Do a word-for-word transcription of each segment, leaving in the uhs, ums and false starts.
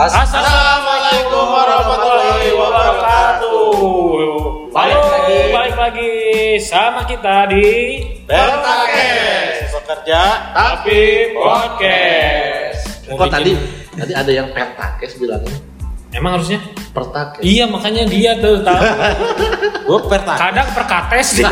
Assalamualaikum warahmatullahi wabarakatuh. Balik lagi, balik lagi sama kita di Pertakes, bekerja tapi podcast. Kok tadi tadi ada yang Pertakes bilangnya? Emang harusnya? Pertakes. Iya, makanya dia tuh tahu. gue pertakes. Kadang perkates dia.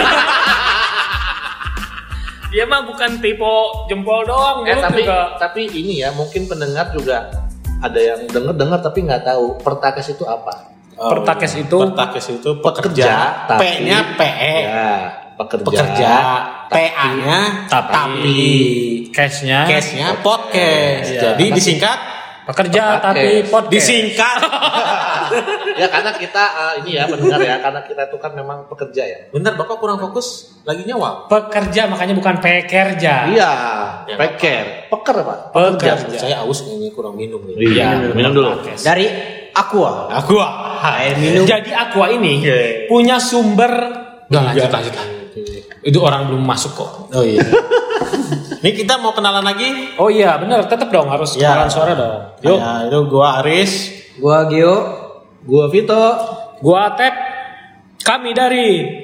Dia mah bukan tipe jempol doang, Eh, tapi juga. tapi ini ya mungkin pendengar juga ada yang denger-dengar tapi nggak tahu Pertakes itu apa. Oh, Pertakes iya. itu Pertakes itu pekerja, Pekerja, tapi- P-nya P E. Ya, pekerja. Pekerja, T A-nya tapi, tapi, cashnya case-nya podcast. Iya. Jadi disingkat pekerja Pertakes. tapi podcast. disingkat. Ya karena kita uh, ini ya pendengar ya karena kita itu kan memang pekerja ya. Bentar, Bapak kurang fokus lagi nyawa. Pekerja, makanya bukan pekerja. Iya, Ya, peker, peker Pak. Pekerja. Saya aus ini kurang minum nih. Iya, minum, minum dulu. Pertakes. Dari Aqua. Aku Air minum. Jadi Aqua ini Oke. punya sumber. Udah lanjut lanjut. Itu orang belum masuk kok. Oh iya. Nih kita mau kenalan lagi. Oh iya, benar. Tetap dong harus Ya. kenalan suara dong. Yuk. Ya, itu gua Aris. Gua Gio. Gua Vito. Gua Tep. Kami dari.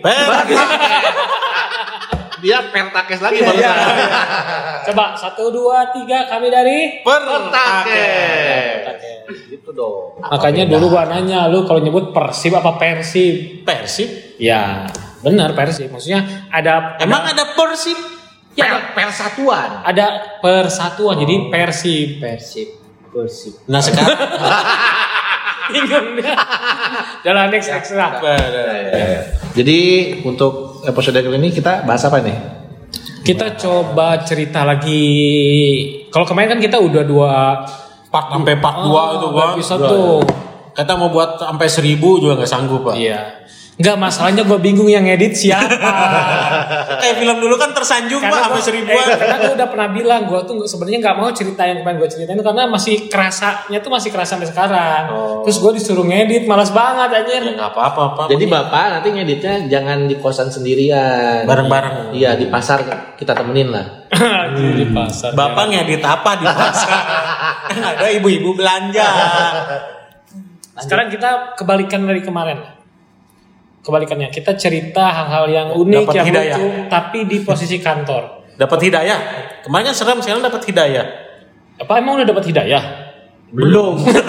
Dia Pertakes lagi Iya. barusan. Coba satu dua tiga kami dari. Pertakes. Gitu dong. Makanya dulu gua nanya lu kalau nyebut Persib apa Persib? Persib. Ya, benar Persib. Maksudnya ada Emang ada Persib? ya, Per, persatuan. ada persatuan jadi Persib. Persib. Persib. Nah sekarang Bingung dia. Jalan next next lah. Jadi untuk episode kali ini kita bahas apa nih? Kita coba cerita lagi. Kalau kemarin kan kita udah dua part sampai part dua itu gua. bisa tuh. Kita mau buat sampai seribu juga nggak sanggup, Pak. Iya. Enggak, masalahnya gue bingung yang edit siapa. Kayak film dulu kan tersanjung Pak sampai gua- seribuan. eh, karena gue udah pernah bilang gue tuh sebenarnya nggak mau cerita yang kemarin gue ceritain itu karena masih kerasanya tuh masih kerasa sampai sekarang. Terus gue disuruh ngedit, malas banget anjir. Ya nggak apa-apa, Pak. Jadi Bapak nanti ngeditnya jangan di kosan sendirian. Bareng-bareng. Iya, di pasar kita temenin lah. Di pasar. Bapak ngedit apa di pasar? Kan ada ibu-ibu belanja. Sekarang kita kebalikan dari kemarin. Kebalikannya, kita cerita hal-hal yang unik, Dapat yang hidayah. lucu, tapi di posisi kantor. Dapat hidayah. Kemarin serem, sekarang dapat hidayah. Apa emang udah dapat hidayah? Belum.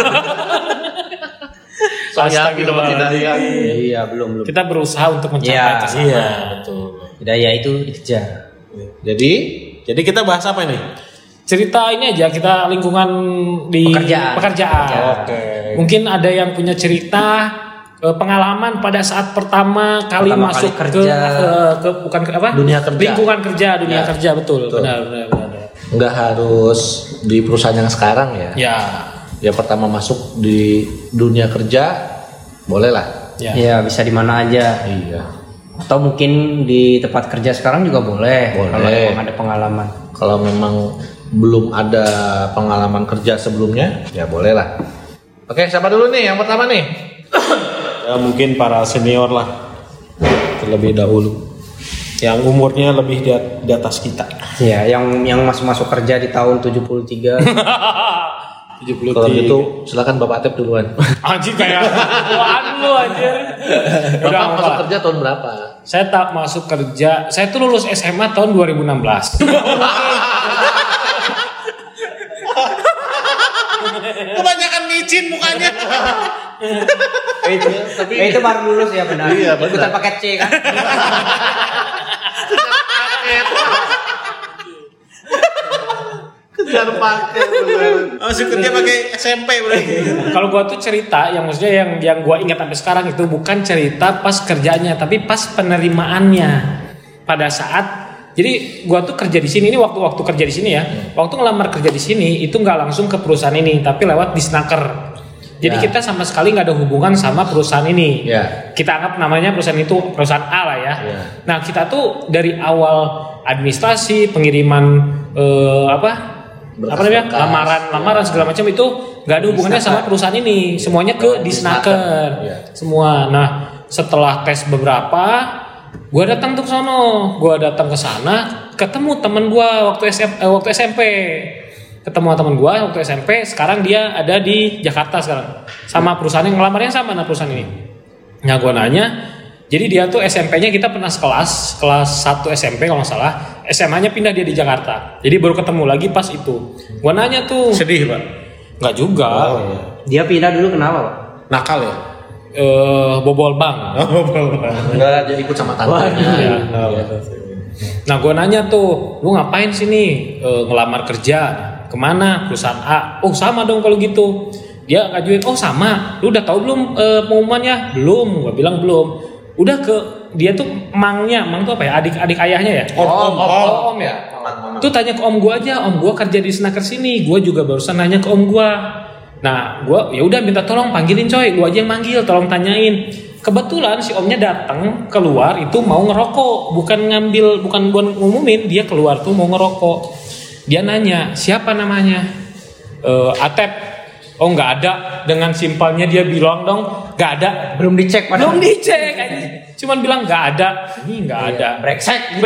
Saya dapat hidayah. Iya, belum belum. Kita berusaha untuk mencapai Iya. ke sana. Iya, betul. Hidayah itu dikejar. Jadi Jadi kita bahas apa ini? Cerita ini aja, kita lingkungan di Pekerjaan. pekerjaan. Oke. Mungkin ada yang punya cerita eh, pengalaman pada saat pertama kali Pertama masuk kali ke, kerja. ke ke bukan ke apa? Dunia kerja. Lingkungan kerja, dunia Ya. kerja betul. Betul. Benar, benar, benar. nggak harus di perusahaan yang sekarang ya. Ya. Ya pertama masuk di dunia kerja boleh lah. Ya. Iya, bisa di mana aja. Iya. Atau mungkin di tempat kerja sekarang juga boleh. Boleh. Kalau emang ada pengalaman. Kalau memang belum ada pengalaman kerja sebelumnya, ya boleh lah. Oke, siapa dulu nih yang pertama nih? Ya mungkin para senior lah terlebih dahulu. Yang umurnya lebih di, di atas kita. Iya, yang yang masuk masuk kerja di tahun tujuh puluh tiga. tujuh puluh Kalau gitu silakan Bapak Tep duluan. Anjir kayak apaan lu anjir. Udah Bapak masuk apa? kerja tahun berapa? Saya tak masuk kerja. Saya tuh lulus S M A tahun dua ribu enam belas. Kebanyakan micin mukanya. itu, tapi- eh, itu baru lulus ya benar. Iya, benar. Ikutan paket C kan. Kejar paket bener. Masuk kerja pakai S M P berarti. Kalau gua tuh cerita yang maksudnya yang yang gua ingat sampai sekarang itu bukan cerita pas kerjanya, tapi pas penerimaannya. Pada saat jadi gua tuh kerja di sini ini waktu-waktu kerja di sini ya. Waktu ngelamar kerja di sini itu nggak langsung ke perusahaan ini, tapi lewat disnaker. Jadi Ya. kita sama sekali nggak ada hubungan sama perusahaan ini. Ya. Kita anggap namanya perusahaan itu perusahaan A lah ya. Ya. Nah kita tuh dari awal administrasi pengiriman eh, apa? apa namanya Berkas-berkas. lamaran lamaran segala macam itu nggak ada hubungannya sama perusahaan ini, semuanya ke disnaker Iya. semua. Nah setelah tes beberapa, gue datang tuh ke sono, gue datang ke sana, ketemu temen gue waktu S M, eh, waktu S M P, ketemu sama teman gue waktu S M P, sekarang dia ada di Jakarta sekarang. Sama perusahaan yang ngelamarnya sama nah perusahaan ini. Nah gue nanya, jadi dia tuh S M P-nya kita pernah sekelas, kelas satu S M P kalau nggak salah, S M A-nya pindah dia di Jakarta. Jadi baru ketemu lagi pas itu. Gue nanya tuh. Sedih Pak? Nggak juga. Oh, iya. Dia pindah dulu kenapa, Pak? Nakal ya? Eh bobol bank. Oh, boleh. Enggak, dia ikut sama tantenya. Iya. Oh, Nah gue nanya tuh, lu ngapain sini e, ngelamar kerja? Kemana? Perusahaan A. Oh sama dong kalau gitu. Dia ngajuin, oh sama. Lu udah tahu belum e, pengumumannya? Belum. Gue bilang belum. Udah ke dia tuh mangnya, mang tuh apa ya? Adik-adik ayahnya ya? Om, om, om, oh, om ya. Tuh tanya ke om gue aja. Om gue kerja di Snaker sini. Gue juga barusan nanya ke om gue. Nah gue ya udah minta tolong panggilin coy. Lu aja yang manggil, tolong tanyain. Kebetulan si omnya datang keluar itu mau ngerokok, bukan ngambil, bukan buat ngumumin, dia keluar tuh mau ngerokok. Dia nanya siapa namanya, e, Atep. Oh nggak ada, dengan simpelnya dia bilang dong nggak ada. Belum dicek padahal. Belum dicek, aja. Cuman bilang nggak ada, ini nggak ada. Brengsek.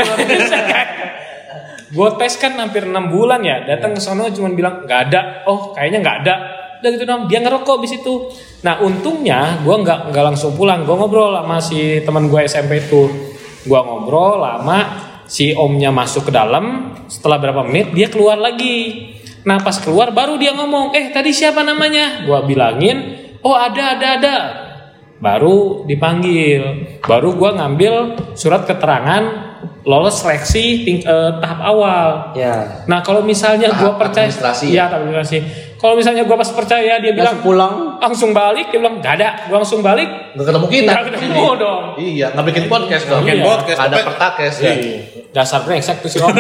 Gue tes kan hampir enam bulan ya, datang ke sono cuman bilang nggak ada. Oh kayaknya nggak ada. Udah gitu dong, dia ngerokok di situ. Nah untungnya gue nggak nggak langsung pulang, gue ngobrol sama si teman gue S M P itu. Gue ngobrol lama, si omnya masuk ke dalam. Setelah berapa menit dia keluar lagi. Nah pas keluar baru dia ngomong, eh tadi siapa namanya? Gue bilangin, oh ada ada ada. Baru dipanggil, baru gue ngambil surat keterangan lolos seleksi ting- eh, tahap awal. Ya. Nah kalau misalnya gue percaya, administrasi. ya tahap administrasi. Kalau misalnya gue pas percaya dia bilang Langsung pulang. langsung balik, dia bilang gak ada, gue langsung balik. Nggak ketemu kita. Nggak ketemu dong. Iya, nggak bikin podcast dong. Bikin Iya. podcast. Ada pertakes ya. Dasar brengsek tuh si om.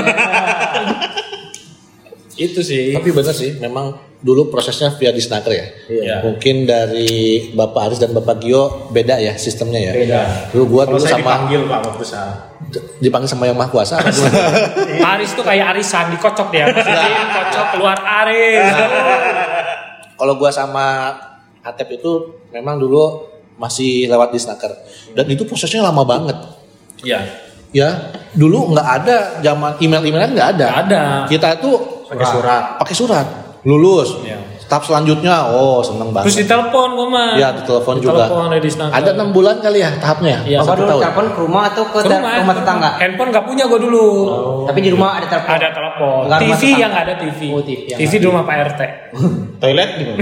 Itu sih. Tapi bener sih, memang dulu prosesnya via di Snaker ya. Iya. Mungkin dari Bapak Aris dan Bapak Gio beda ya sistemnya ya. Beda. Dulu gua Kalau dulu saya sama dipanggil Pak waktu saat. dipanggil sama yang Maha Kuasa. Aris tuh kayak arisan dikocok dia. Masukin kocok keluar Aris. Kalau gua sama Atep itu memang dulu masih lewat di Snaker. Dan itu prosesnya lama banget. Iya. Ya, dulu nggak ada zaman email-emailan nggak ada. Nggak ada. Kita tuh Pakai surat. pakai surat, lulus. Iya. Tahap selanjutnya, oh seneng banget. Terus ditelepon gue mah. Ya, ditelepon juga. Ditelepon dari Snaker. Ada enam bulan kali ya tahapnya. Iya, Bapak satu dulu tahun. telepon ke rumah atau ke, Ke rumah, rumah tetangga? Handphone nggak punya gue dulu. Tapi di rumah ada telepon. Ada telepon. Nggak T V rumah tetangga. yang nggak ada T V. Oh, T V yang T V di rumah Pak R T. Toilet gimana?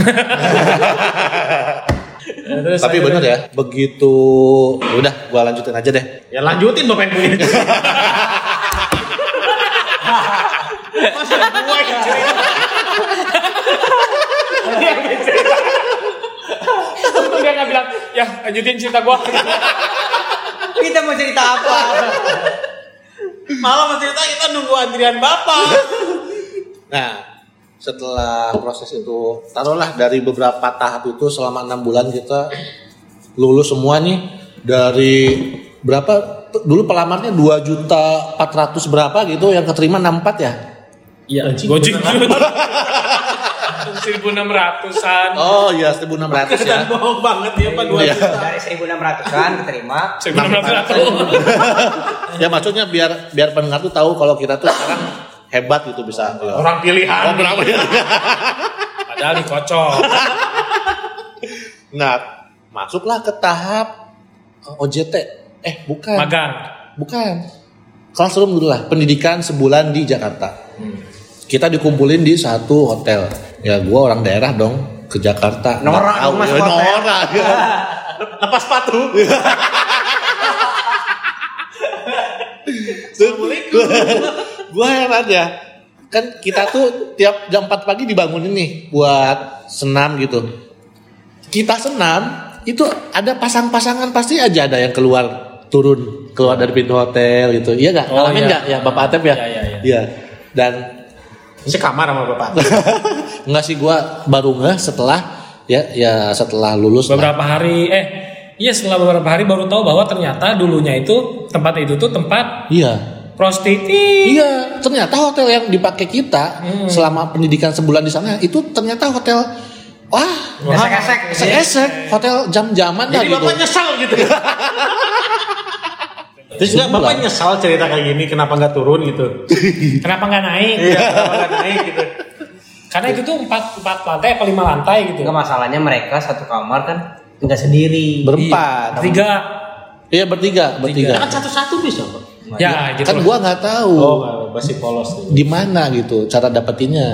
Terus Tapi akhirnya- bener ya, begitu udah gua lanjutin aja deh. Ya lanjutin Bapak yang punya. Masa gua yang cerita? Untung dia nggak bilang, ya lanjutin cerita gue. Kita mau cerita apa? Malah mau cerita kita nunggu antrian Bapak. Nah, setelah proses itu, taruhlah dari beberapa tahap itu selama enam bulan kita lulus semua nih dari berapa? Dulu pelamarnya dua juta empat ratus berapa gitu, yang keterima enam puluh empat ya? Iya, gojek seribu enam ratusan. Oh iya, seribu enam ratus ya. Bohong banget ya Pak dua Iya. juta. Dari seribu enam ratusan keterima. seribu enam ratus. Ya maksudnya biar biar pendengar tuh tahu kalau kita tuh sekarang hebat gitu bisa. Orang pilihan. Oh, berapa ya? Padahal dikocok. Nah, masuklah ke tahap O J T. Eh, bukan. Magang. Bukan. Classroom dulu lah, pendidikan sebulan di Jakarta. Kita dikumpulin di satu hotel. Ya, gua orang daerah dong, ke Jakarta. Norak Nggak tahu, dong, Mas, ya, hotel. norak. Lepas sepatu. Assalamualaikum. Gua heran ya. Kan kita tuh tiap jam empat pagi dibangunin nih buat senam gitu. Kita senam, itu ada pasang-pasangan pasti aja ada yang keluar turun keluar dari pintu hotel gitu. Iya enggak? Oh, Ngalamin iya. enggak ya Bapak Atep ya? Iya, iya, iya. Iya. Dan Sekamar sama Bapak. enggak sih gua baru ngeh setelah ya ya setelah lulus lah. Beberapa hari, eh, iya setelah beberapa hari baru tahu bahwa ternyata dulunya itu tempat itu tuh tempat Iya. prostitusi. Iya, ternyata hotel yang dipakai kita Hmm. selama pendidikan sebulan di sana itu ternyata hotel wah, Esek-esek. esek-esek, hotel jam-jaman lah Jadi gitu. Bapak nyesal gitu. Terus nggak Bapak nyesal cerita kayak gini kenapa nggak turun gitu? Kenapa nggak naik? Iya, kenapa nggak naik gitu? Karena itu tuh empat empat lantai apa lima lantai gitu. Enggak, masalahnya mereka satu kamar kan enggak sendiri. Berempat. Tiga. Iya bertiga, bertiga. Kan satu-satu bisa, Pak. Ya, gitu. Kan gua nggak tahu. Oh, masih polos. Di mana gitu cara dapetinnya.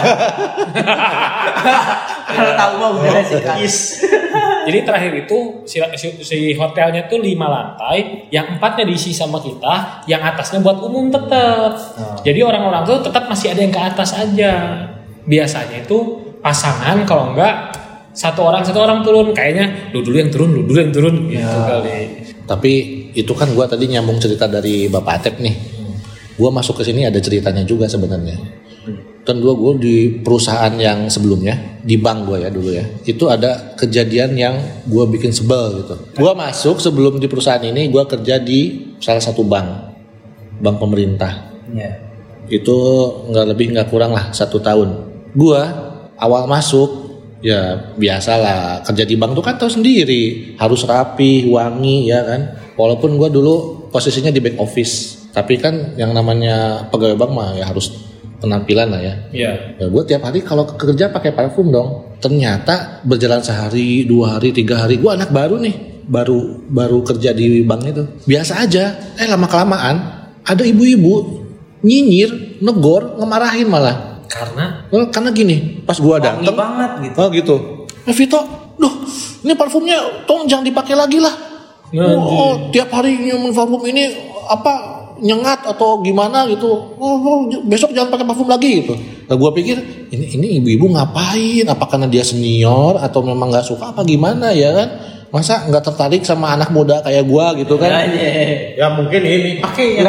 Kalau tahu mau udah sih kan. Jadi terakhir itu si, si, si hotelnya tuh lima lantai, yang empatnya diisi sama kita, yang atasnya buat umum tetap. Oh. Jadi orang-orang tuh tetap masih ada yang ke atas aja. Biasanya itu pasangan, kalau enggak satu orang satu orang turun, kayaknya lu dulu yang turun, lu dulu yang turun gitu ya. Kali. Tapi itu kan gua tadi nyambung cerita dari Bapak Atep nih. Hmm. Gua masuk ke sini ada ceritanya juga sebenarnya. Dan gue gue di perusahaan yang sebelumnya di bank gue ya dulu ya, itu ada kejadian yang gue bikin sebel gitu. Gue masuk sebelum di perusahaan ini gue kerja di salah satu bank, bank pemerintah. Ya. Itu nggak lebih nggak kurang lah satu tahun. Gue awal masuk ya biasalah, kerja di bank tuh kan tahu sendiri harus rapi, wangi ya kan. Walaupun gue dulu posisinya di back office, tapi kan yang namanya pegawai bank mah ya harus penampilan lah ya. Iya. Ya, gue tiap hari kalau kerja pakai parfum dong. Ternyata berjalan sehari, dua hari, tiga hari, gue anak baru nih, baru baru kerja di bank itu. Biasa aja. Eh lama kelamaan ada ibu-ibu nyinyir, negor, ngemarahin malah. Karena? Well, karena gini, pas gue datang. Banget gitu. Oh gitu. Eh Vito, duh, ini parfumnya tolong jangan dipakai lagi lah. Ya, oh, tiap hari nyium parfum ini apa? Nyengat atau gimana gitu. Oh, oh besok jangan pakai parfum lagi gitu. Nah gue pikir ini ini ibu-ibu ngapain? Apa karena dia senior atau memang nggak suka apa gimana ya kan? Masa nggak tertarik sama anak muda kayak gue gitu kan? Ya, ya. ya mungkin ini pakai ya.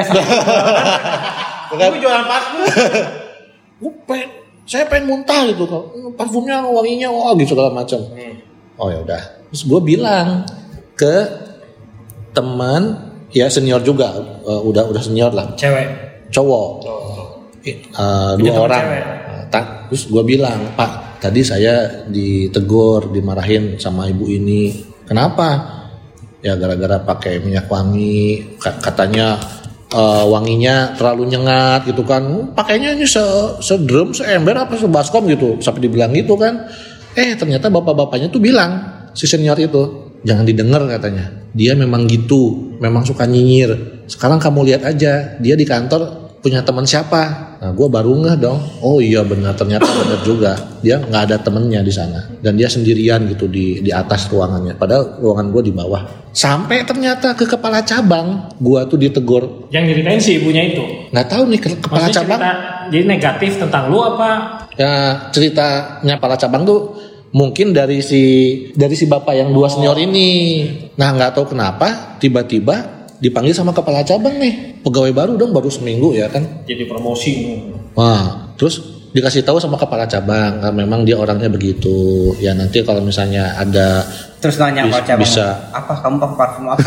Gue jualan parfum. Gue pengen, saya pengen muntah gitu kan. Parfumnya wanginya oh gitu segala macam. Hmm. Oh ya udah. Terus gue bilang ke teman. Ya senior juga, uh, udah udah senior lah. Cewek, cowok, uh, dua orang. Ta- terus gue bilang, Pak, tadi saya ditegur, dimarahin sama ibu ini. Kenapa? Ya gara-gara pakai minyak wangi, katanya uh, wanginya terlalu nyengat gitu kan. Pakainya ini se sedrum, seember apa sebaskom gitu, sampai dibilang gitu kan. Eh ternyata bapak-bapaknya tuh bilang si senior itu. Jangan didengar katanya. Dia memang gitu, memang suka nyinyir. Sekarang kamu lihat aja, dia di kantor punya teman siapa? Nah, gue baru ngeh dong. Oh iya benar, ternyata benar juga. Dia nggak ada temennya di sana, dan dia sendirian gitu di di atas ruangannya. Padahal ruangan gue di bawah. Sampai ternyata ke kepala cabang, gue tuh ditegur. Yang ceritain si ibunya itu? Nggak tahu nih ke, kepala Maksudnya cabang. Cerita, jadi negatif tentang lu apa? Ya ceritanya kepala cabang tuh. Mungkin dari si dari si bapak yang dua senior ini. Nah nggak tahu kenapa tiba-tiba dipanggil sama kepala cabang nih, pegawai baru dong, baru seminggu ya kan. Jadi promosi. Wah terus dikasih tahu sama kepala cabang, nah, memang dia orangnya begitu. Ya nanti kalau misalnya ada terus nanya bis, cabang, bisa. Apa kamu pakai parfum apa?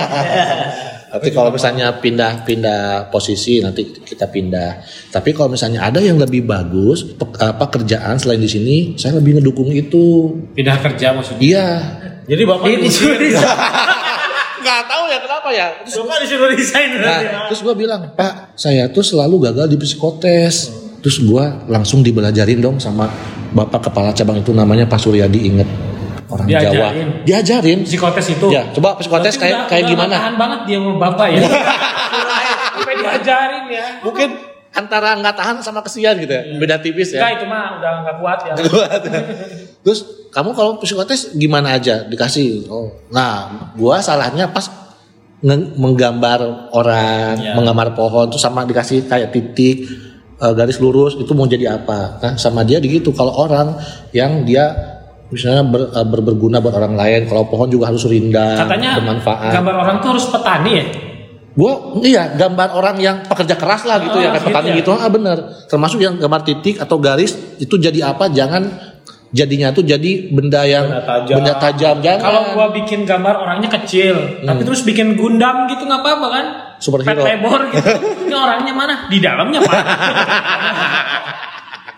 Tapi kalau misalnya pindah-pindah posisi nanti kita pindah. Tapi kalau misalnya ada yang lebih bagus pe- apa kerjaan selain di sini, saya lebih ngedukung itu. Pindah kerja maksudnya? Iya. Jadi bapak disuruh resign. Nggak tahu ya kenapa ya. Terus bapak disuruh resign. Nah, terus gue bilang, Pak, saya tuh selalu gagal di psikotes. Terus gue langsung dibelajarin dong sama bapak kepala cabang itu, namanya Pak Suryadi, inget. Orang Diajarin. Jawa diajarin psikotes itu. Ya, coba psikotes kayak udah, kayak udah gimana? Tahan banget dia sama bapak ya. Sampai diajarin ya. Mungkin antara nggak tahan sama kesian gitu ya. Beda tipis ya. Enggak, itu mah udah nggak kuat ya. Terus kamu kalau psikotes gimana aja dikasih? Oh. Nah, gua salahnya pas nge- menggambar orang, ya. menggambar pohon tuh sama dikasih kayak titik uh, garis lurus itu mau jadi apa? Nah, sama dia begitu. Kalau orang yang dia misalnya ber, ber, berguna buat orang lain, kalau pohon juga harus rindang, katanya bermanfaat. Gambar orang tuh harus petani ya? Gua iya gambar orang yang pekerja keras lah gitu oh, ya kayak petani gitu, ya? Ah benar. Termasuk yang gambar titik atau garis itu jadi apa? Jangan jadinya tuh jadi benda yang benda tajam. Benda tajam jangan. Kalau gua bikin gambar orangnya kecil, hmm. tapi terus bikin Gundam gitu nggak apa-apa kan? Superhero. Pet labor gitu. Ini orangnya mana? Di dalamnya Pak.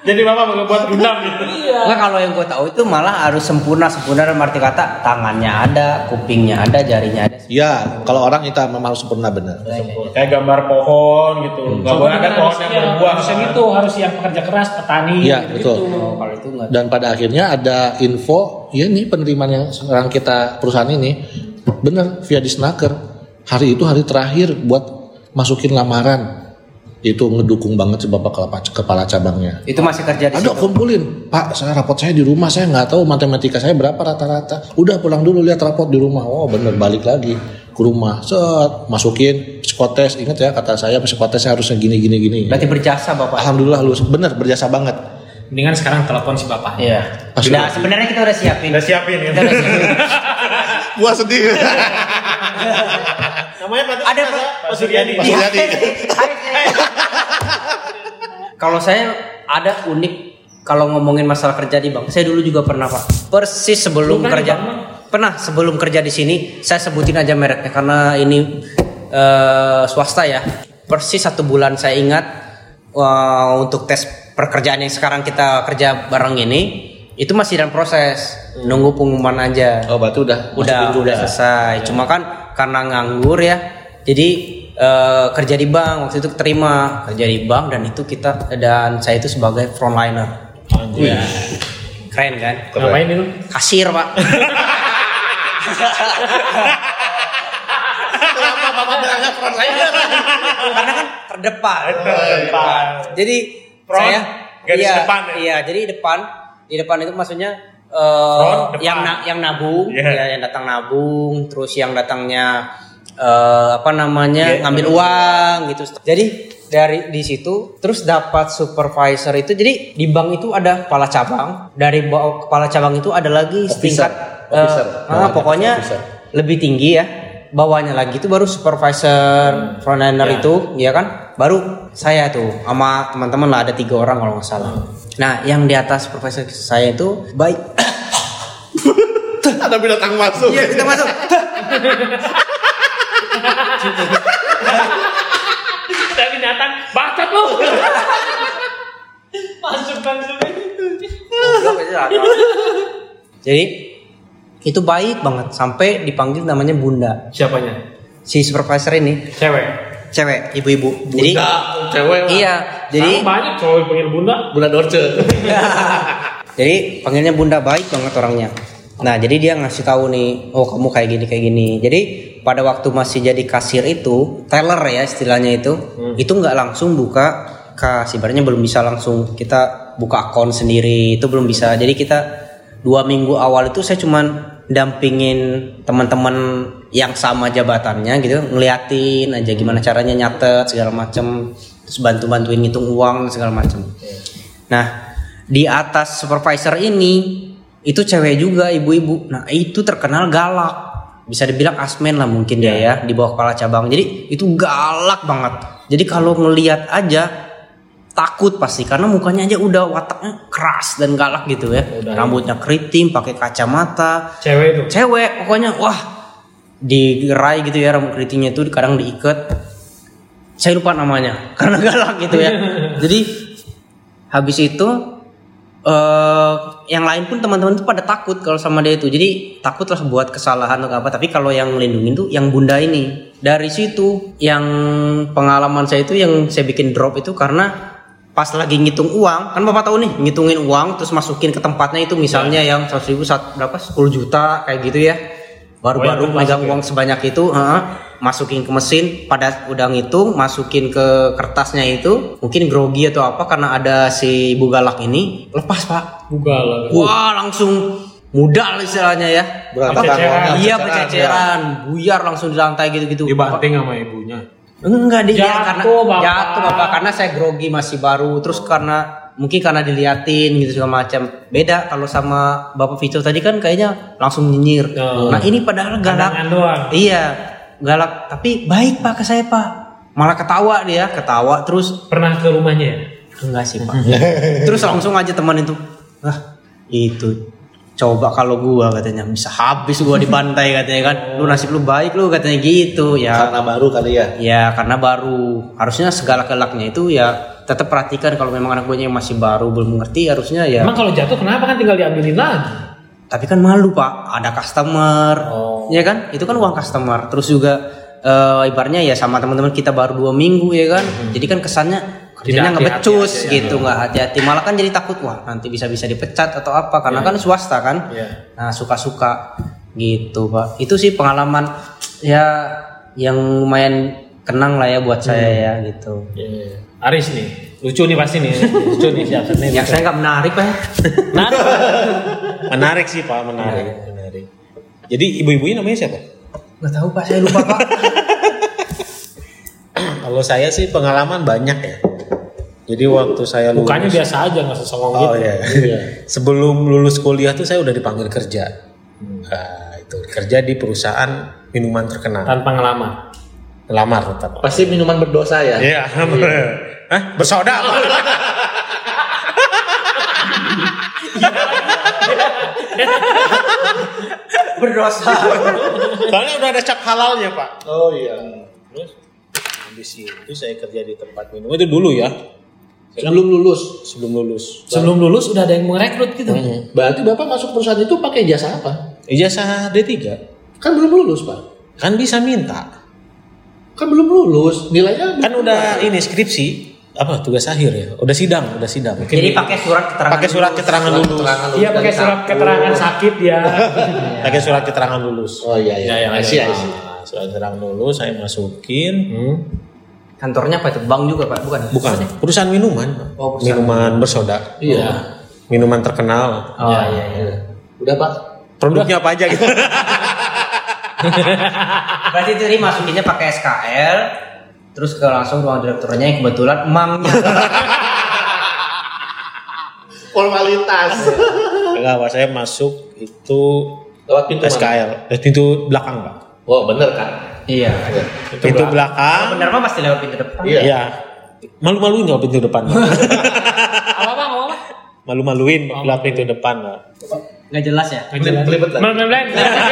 Jadi Bapak membuat Gundam gitu. Iya. Nggak, kalau yang gue tahu itu malah harus sempurna sempurna dalam arti kata tangannya ada, kupingnya ada, jarinya ada. Ya, kalau orang kita memang harus sempurna benar. Kayak gambar pohon gitu. Nggak boleh ada pohon yang berbuah. Harus yang itu, harus yang pekerja keras, petani. Iya, gitu. betul. Oh, kalau itu nggak. Dan pada akhirnya ada info, ya nih penerimaan yang sekarang kita perusahaan ini, benar via Disnaker. Hari itu hari terakhir buat masukin lamaran. Itu ngedukung banget si bapak kepala, kepala cabangnya. Itu masih kerja di Ada situ. kumpulin, Pak, saya rapot saya di rumah, saya nggak tahu matematika saya berapa rata-rata. Udah pulang dulu lihat rapot di rumah. Oh bener, balik lagi ke rumah, set masukin psikotes. Ingat ya kata saya psikotesnya harusnya gini gini gini. Berarti berjasa Bapak. Alhamdulillah lu bener berjasa banget. Mendingan sekarang telepon si bapak. Iya. Pas Nah, sebenarnya kita udah siapin. Udah siapin ya. Kita udah siapin. Gua sedih. Namanya Pak Ada Pak Pak Suryadi. Pak Suryadi. Kalau saya ada unik kalau ngomongin masalah kerja di bank. Saya dulu juga pernah Pak. Persis sebelum Bukan kerja. di bank, Pernah sebelum kerja di sini. Saya sebutin aja mereknya karena ini eh, swasta ya. Persis satu bulan saya ingat uh, untuk tes pekerjaan yang sekarang kita kerja bareng ini itu masih dalam proses nunggu pengumuman aja. Oh berarti udah udah masukin udah selesai. Cuma kan karena nganggur ya, jadi eh, kerja di bank waktu itu terima kerja di bank dan itu kita dan saya itu sebagai frontliner. Iya. Keren kan? Ngapain itu? Kasir Pak. Kenapa bapak bilangnya frontliner? Karena kan terdepan. Terdepan. Jadi Front, saya garis iya, depan ya? Iya, jadi depan di depan itu maksudnya eh, Front, depan. yang na- yang nabung, Yeah. ya, yang datang nabung, terus yang datangnya eh, apa namanya Yeah. ngambil uang gitu. Jadi dari di situ terus dapat supervisor itu. Jadi di bank itu ada kepala cabang. Dari bawah kepala cabang itu ada lagi Officer. setingkat eh, Officer. ah, Bawahnya pokoknya officer. lebih tinggi ya. Bawahnya lagi itu baru supervisor frontliner Ya. itu, ya kan? Baru saya tuh sama teman-teman lah ada tiga orang kalau nggak salah. Nah, yang di atas supervisor saya itu baik. Ada binatang masuk. Iya, kita masuk. Ada binatang, bakat lu. Masukkan semua. Goblok aja lah. Jadi itu baik banget sampai dipanggil namanya Bunda. Siapanya? Si supervisor ini Cewek. cewek, ibu-ibu. Jadi Bunda, cewek lah. iya, jadi Sekarang banyak cowok yang panggil bunda. Bunda Dorce. Jadi panggilnya Bunda, baik banget orangnya. Nah, jadi dia ngasih tahu nih, oh kamu kayak gini kayak gini. Jadi pada waktu masih jadi kasir itu, teller ya istilahnya itu, Hmm. itu nggak langsung buka kas, ibaratnya belum bisa langsung kita buka akun sendiri, itu belum bisa. Jadi kita dua minggu awal itu saya cuman dampingin teman-teman yang sama jabatannya gitu, ngeliatin aja gimana caranya nyatet segala macem, terus bantu-bantuin ngitung uang segala macem. Nah, di atas supervisor ini itu cewek juga, ibu-ibu. Nah, itu terkenal galak. Bisa dibilang asmen lah mungkin dia ya, di bawah kepala cabang. Jadi itu galak banget. Jadi kalau ngelihat aja takut pasti karena mukanya aja udah wataknya keras dan galak gitu ya. Udah, Rambutnya keriting, pakai kacamata. Cewek itu. Cewek pokoknya wah, digerai gitu ya rambut keritingnya itu kadang diikat. Saya lupa namanya karena galak gitu ya. Jadi habis itu eh yang lain pun teman-teman tuh pada takut kalau sama dia itu. Jadi takutlah buat kesalahan atau apa. Tapi kalau yang melindungi tuh yang Bunda ini. Dari situ yang pengalaman saya itu yang saya bikin drop itu karena pas lagi ngitung uang, kan Bapak tahu nih, ngitungin uang terus masukin ke tempatnya itu misalnya yang seratus ribu saat berapa sepuluh juta kayak gitu ya. Baru-baru Oh, ya, megang masuk ya. uang sebanyak itu, heeh, masukin ke mesin, pada udah ngitung, masukin ke kertasnya itu, mungkin grogi atau apa karena ada si ibu galak ini, lepas Pak. Bugal. Wah langsung mudal istilahnya ya. Berantakan Berceceran. uangnya, Iya berceceran, berceceran, buyar langsung di lantai gitu-gitu. Dibanting sama ibunya. Enggak dia Jatuh, karena Bapak. jatuh Bapak karena saya grogi masih baru, terus karena mungkin karena diliatin gitu segala macam. Beda kalau sama Bapak Vito tadi kan kayaknya langsung nyinyir. Oh. Nah ini padahal galak. Pandangan doang. Iya, galak tapi baik Pak ke saya Pak. Malah ketawa dia, ketawa terus Pernah ke rumahnya ya? enggak sih Pak. Terus langsung aja teman itu, "Ah, itu coba kalau gua," katanya, "bisa habis gua dibantai," katanya kan. "Lu nasib lu baik lu," katanya gitu ya. Karena baru kali ya. Ya karena baru, harusnya segala galaknya itu ya tetap perhatikan kalau memang anak buahnya yang masih baru belum mengerti harusnya ya. Emang kalau jatuh kenapa kan tinggal diambilin lagi? Tapi kan malu pak, ada customer, Oh. ya kan? Itu kan uang customer. Terus juga uh, ibaratnya ya sama teman-teman kita baru dua minggu ya kan. Hmm. Jadi kan kesannya kerjanya Tidak ngebecus hati-hati aja, gitu, nggak hati-hati. Malah kan jadi takut wah nanti bisa-bisa dipecat atau apa karena Ya. kan swasta kan. Ya. Nah suka-suka gitu pak. Itu sih pengalaman ya yang lumayan kenang lah ya buat saya ya gitu. Yeah. Aris nih, lucu nih pasti nih, lucu nih siapa nih? Yang saya nggak menarik pak. Nah, Menarik sih Pak, menarik, menarik. Jadi ibu-ibunya namanya siapa? Nggak tahu pak, saya lupa pak. Kalau saya sih pengalaman banyak ya. Jadi waktu saya lulus, mukanya biasa aja nggak sesongong oh, gitu. iya. Sebelum lulus kuliah tuh saya udah dipanggil kerja. Nah, itu kerja di perusahaan minuman terkenal. Tanpa ngelamar. Lamar tetap. Pasti minuman berdosa ya. Iya. Hah? Bersoda. Berdosa. Soalnya udah ada cap halalnya Pak. Oh iya. Terus di situ saya kerja di tempat minum itu dulu ya. Sebelum lulus. Sebelum lulus. Sebelum lulus udah ada yang merekrut gitu. Berarti Bapak masuk perusahaan itu pakai jasa apa? Ijazah D tiga. Kan belum lulus, Pak. Kan bisa minta. Kan belum lulus. Nilainya Kan udah ini skripsi apa tugas akhir ya. Udah sidang, udah sidang. Mungkin Jadi pakai surat keterangan. pakai surat keterangan lulus. Iya pakai surat keterangan sakit ya. Pakai surat keterangan lulus. Oh iya iya. Ya, yang I see, I see. Nah, surat keterangan lulus saya masukin. Hmm. Kantornya apa itu? Bank juga pak? Bukan? Bukan, perusahaan minuman. Pak. Oh, perusahaan Minuman bersoda. Iya. Minuman terkenal. Oh Ya. iya iya. Udah, Pak. Produknya apa aja gitu. Berarti itu tadi masukinnya pakai S K L, terus ke langsung ruang direkturnya yang kebetulan emangnya. Formalitas. Enggak, Pak, saya masuk itu Lewat pintu S K L. Dari pintu belakang, Pak. Oh, bener kan? Iya. Pintu belakang. Benar mah pasti lewat pintu depan. Iya. Iya. Malu-maluin kalau pintu depan. Pak. Apa apa apa? Malu-maluin lewat pintu depan, Pak. Nggak jelas ya? Belibet lagi. Mem mem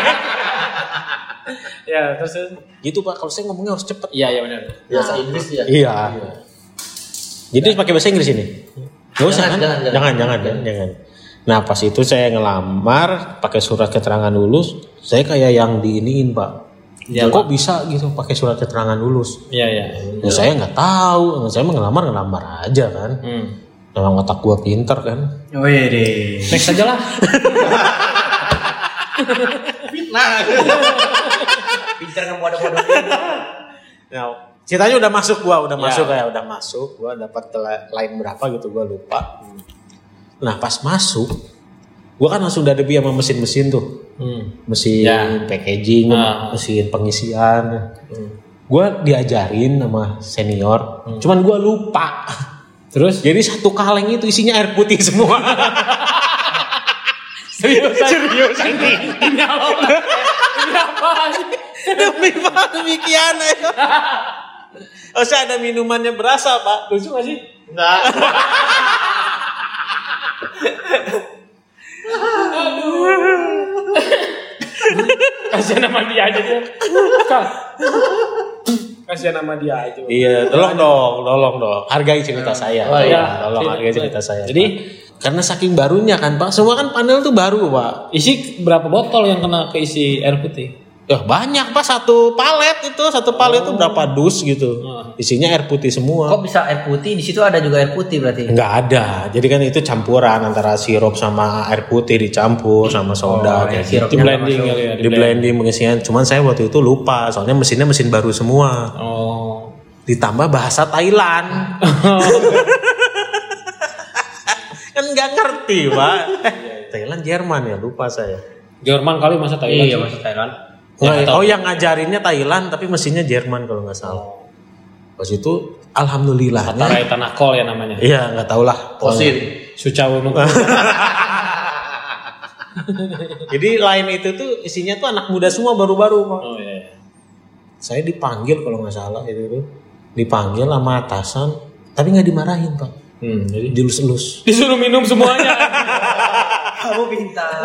Ya terus. Gitu, Pak. Kalau saya ngomongnya harus cepet. Iya iya benar. Biasa Inggris ya. Iya. Jadi pakai bahasa Inggris ini? Gak usah Jangan, kan? jangan, Jangan, jangan. jangan, jangan, jangan. Nah pas itu saya ngelamar pakai surat keterangan lulus, saya kayak yang diiniin Pak. Ya, Kok bisa gitu pakai surat keterangan lulus? Iya iya. Ya, saya nggak tahu, saya mau ngelamar ngelamar aja kan. Hmm. Memang otak gua pinter kan. Wih deh. Next aja lah. Fitnah. Pintar nggak mau ada modal. Nah, ceritanya udah masuk gua, udah Ya. masuk ya, udah masuk. Gua dapat line berapa gitu gua lupa. Nah pas masuk, gua kan langsung udah debi sama mesin-mesin tuh. Hmm. Mesin Ya. packaging, Ah. mesin pengisian. Gua diajarin sama senior, cuman gua lupa. Terus? Jadi satu kaleng itu isinya air putih semua. Serius serius ini. Ini apa? Ini apa? Demi Pak, demikian ya. Oh, saya ada minumannya berasa, Pak. Lucu gak sih? Enggak. Kasihan nama dia aja dia. Kak. Kasihan nama dia aja. Iya, tolong dong, tolong dong. Hargai cerita saya. Oh, iya. Tolong hargai cerita saya. Jadi, Pak. Karena saking barunya kan, Pak. Semua kan panel tuh baru, Pak. isi berapa botol yang kena keisi air putih? Ya banyak, Pak. Satu palet itu, satu palet itu berapa dus gitu. Hmm. Isinya air putih semua. Kok bisa air putih? Di situ ada juga air putih berarti. Enggak ada. Jadi kan itu campuran antara sirup sama air putih dicampur sama soda Oh, kayak ya, gitu. Di blending kali ya. Di blending pengisian. Cuman saya waktu itu lupa, soalnya mesinnya mesin baru semua. Oh. Ditambah bahasa Thailand. Kan nggak ngerti, Pak. Eh, Thailand Jerman ya, lupa saya. Jerman kali masa Thailand? Iya sih? masih Thailand. Nggak, oh yang ngajarinnya Thailand tapi mesinnya Jerman kalau nggak salah. Pas itu alhamdulillah. Tarai tanah kol ya namanya. Iya, nggak tahu lah. Posin. Sucawu Jadi lain itu tuh isinya tuh anak muda semua baru-baru, Pak. Oh iya. Saya dipanggil kalau nggak salah itu tuh. Dipanggil sama atasan, tapi nggak dimarahin, Pak. Hmm, jadi Dilus-elus. disuruh minum semuanya. Kamu pintar.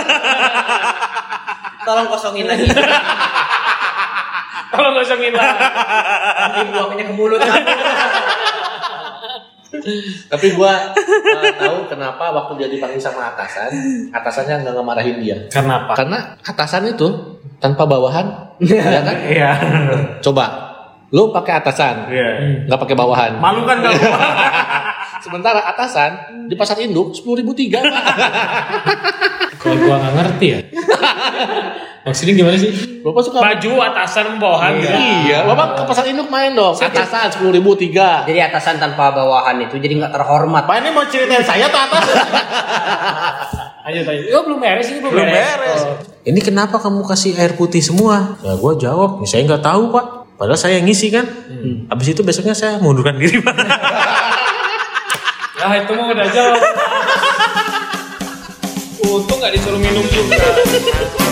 Tolong kosongin lagi. Kalau ngosongin lah. Nanti buangnya ke mulut kamu. Tapi gua uh, tahu kenapa waktu dia dipanggil sama atasan, atasannya nggak ngemarahin dia. Karena apa? Karena atasan itu tanpa bawahan, ya kan? Iya. Coba, lu pakai atasan, Iya. nggak pakai bawahan. Malu kan kalau Sementara atasan di pasar induk sepuluh ribu tiga. Kalau gua nggak ngerti ya. Maksudnya gimana sih? Bapak suka Baju atasan bawahan gitu. Iya, bapak ke pasar induk main dong. Atasan sepuluh ribu tiga. Jadi atasan tanpa bawahan itu jadi nggak terhormat. Pak ini mau ceritain saya tuh atas. Ayo tanya. Oh, belum beres ini belum, Belum beres. beres. Oh. Ini kenapa kamu kasih air putih semua? Ya gue jawab, saya nggak tahu pak. Padahal saya yang ngisi kan. Hmm. Habis itu besoknya saya mundurkan diri pak. Nah itu mah udah jawab. Untung nggak disuruh minum juga.